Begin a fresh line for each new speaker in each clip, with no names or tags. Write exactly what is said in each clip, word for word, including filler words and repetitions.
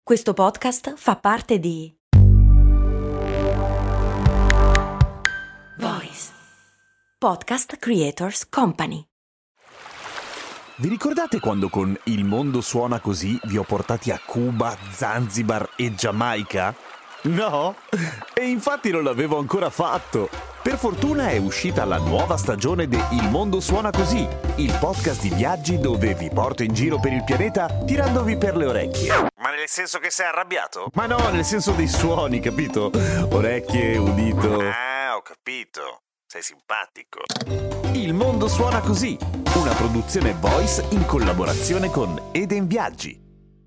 Questo podcast fa parte di Voice Podcast Creators Company.
Vi ricordate quando con Il mondo suona così vi ho portati a Cuba, Zanzibar e Giamaica? No? E infatti non l'avevo ancora fatto. Per fortuna è uscita la nuova stagione di Il mondo suona così, il podcast di viaggi dove vi porto in giro per il pianeta tirandovi per le orecchie. Ma nel senso che sei arrabbiato? Ma no, nel senso dei suoni, capito? Orecchie, udito. Ah, ho capito. Sei simpatico. Il mondo suona così, una produzione Voice in collaborazione con Eden Viaggi.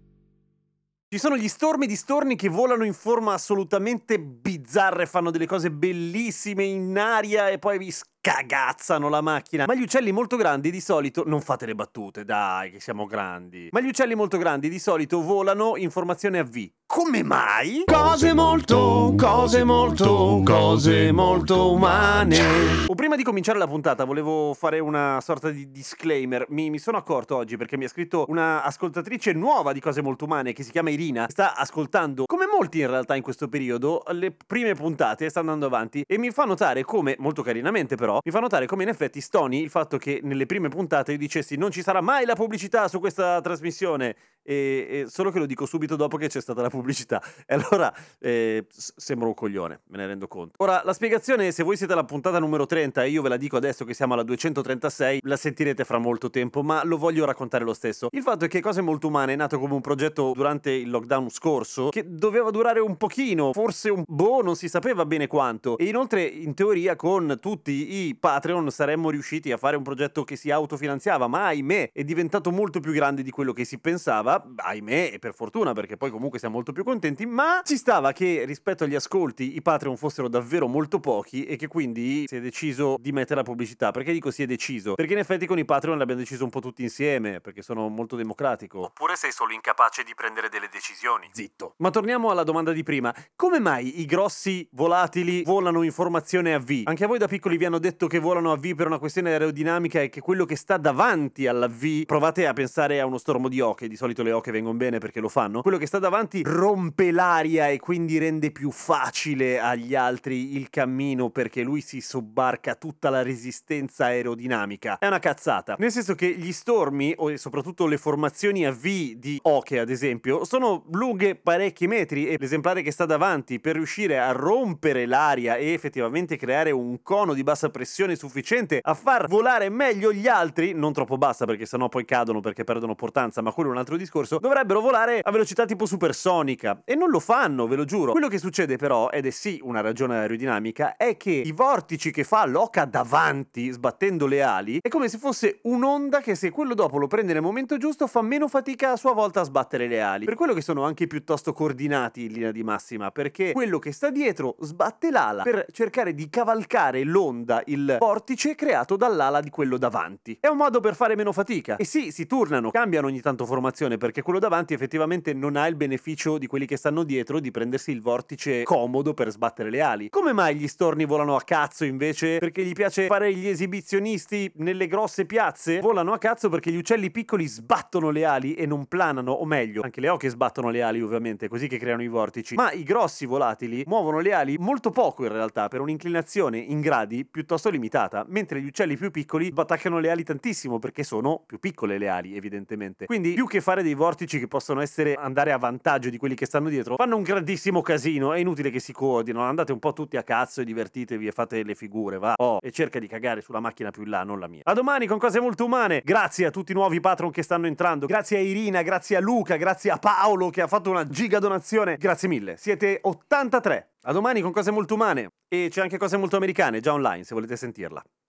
Ci sono gli stormi di storni che volano in forma assolutamente bizzarre, fanno delle cose bellissime in aria e poi vi scagazzano la macchina. Ma gli uccelli molto grandi di solito... Non fate le battute, dai, che siamo grandi. Ma gli uccelli molto grandi di solito volano in formazione a V. Come mai? Cose molto, cose molto, cose molto umane. O prima di cominciare la puntata volevo fare una sorta di disclaimer. Mi, mi sono accorto oggi perché mi ha scritto una ascoltatrice nuova di Cose Molto Umane che si chiama Irina. Sta ascoltando, come molti in realtà in questo periodo, le prime puntate, sta andando avanti e mi fa notare come, molto carinamente però, mi fa notare come in effetti stoni il fatto che nelle prime puntate io dicessi non ci sarà mai la pubblicità su questa trasmissione. E, e solo che lo dico subito dopo che c'è stata la pubblicità e allora eh, s- sembro un coglione, me ne rendo conto. Ora la spiegazione, se voi siete alla puntata numero trenta e io ve la dico adesso che siamo alla duecentotrentasei, la sentirete fra molto tempo, ma lo voglio raccontare lo stesso. Il fatto è che Cose Molto Umane è nato come un progetto durante il lockdown scorso che doveva durare un pochino, forse un boh, non si sapeva bene quanto, e inoltre in teoria con tutti i Patreon saremmo riusciti a fare un progetto che si autofinanziava, ma ahimè è diventato molto più grande di quello che si pensava. Ahimè, e per fortuna, perché poi comunque siamo molto più contenti, ma ci stava che rispetto agli ascolti i Patreon fossero davvero molto pochi e che quindi si è deciso di mettere la pubblicità. Perché dico si è deciso? Perché in effetti con i Patreon l'abbiamo deciso un po' tutti insieme, perché sono molto democratico.
Oppure sei solo incapace di prendere delle decisioni.
Zitto. Ma torniamo alla domanda di prima. Come mai i grossi volatili volano in formazione a V? Anche a voi da piccoli vi hanno detto che volano a V per una questione aerodinamica e che quello che sta davanti alla V, provate a pensare a uno stormo di oche, di solito le oche vengono bene perché lo fanno, quello che sta davanti rompe l'aria e quindi rende più facile agli altri il cammino perché lui si sobbarca tutta la resistenza aerodinamica. È una cazzata, nel senso che gli stormi o soprattutto le formazioni a V di oche ad esempio sono lunghe parecchi metri e l'esemplare che sta davanti per riuscire a rompere l'aria e effettivamente creare un cono di bassa pressione sufficiente a far volare meglio gli altri, non troppo bassa perché sennò poi cadono perché perdono portanza, ma quello è un altro discorso, dovrebbero volare a velocità tipo supersonica e non lo fanno, ve lo giuro. Quello che succede però, ed è sì una ragione aerodinamica, è che i vortici che fa l'oca davanti sbattendo le ali è come se fosse un'onda che se quello dopo lo prende nel momento giusto fa meno fatica a sua volta a sbattere le ali. Per quello che sono anche piuttosto coordinati in linea di massima, perché quello che sta dietro sbatte l'ala per cercare di cavalcare l'onda, il vortice creato dall'ala di quello davanti. È un modo per fare meno fatica. E sì, si turnano, cambiano ogni tanto formazione perché quello davanti effettivamente non ha il beneficio di quelli che stanno dietro di prendersi il vortice comodo per sbattere le ali. Come mai gli storni volano a cazzo invece? Perché gli piace fare gli esibizionisti nelle grosse piazze? Volano a cazzo perché gli uccelli piccoli sbattono le ali e non planano, o meglio, anche le oche sbattono le ali ovviamente, così che creano i vortici, ma i grossi volatili muovono le ali molto poco in realtà per un'inclinazione in gradi piuttosto limitata, mentre gli uccelli più piccoli sbattaccano le ali tantissimo perché sono più piccole le ali evidentemente. Quindi più che fare dei vortici che possono essere andare a vantaggio di quelli che stanno dietro, fanno un grandissimo casino, è inutile che si coordinino, andate un po' tutti a cazzo e divertitevi e fate le figure, va? Oh, e cerca di cagare sulla macchina più in là, non la mia. A domani con Cose Molto Umane, grazie a tutti i nuovi patron che stanno entrando, grazie a Irina, grazie a Luca, grazie a Paolo che ha fatto una giga donazione, grazie mille, siete ottantatré. A domani con Cose Molto Umane, e c'è anche Cose Molto Americane già online se volete sentirla.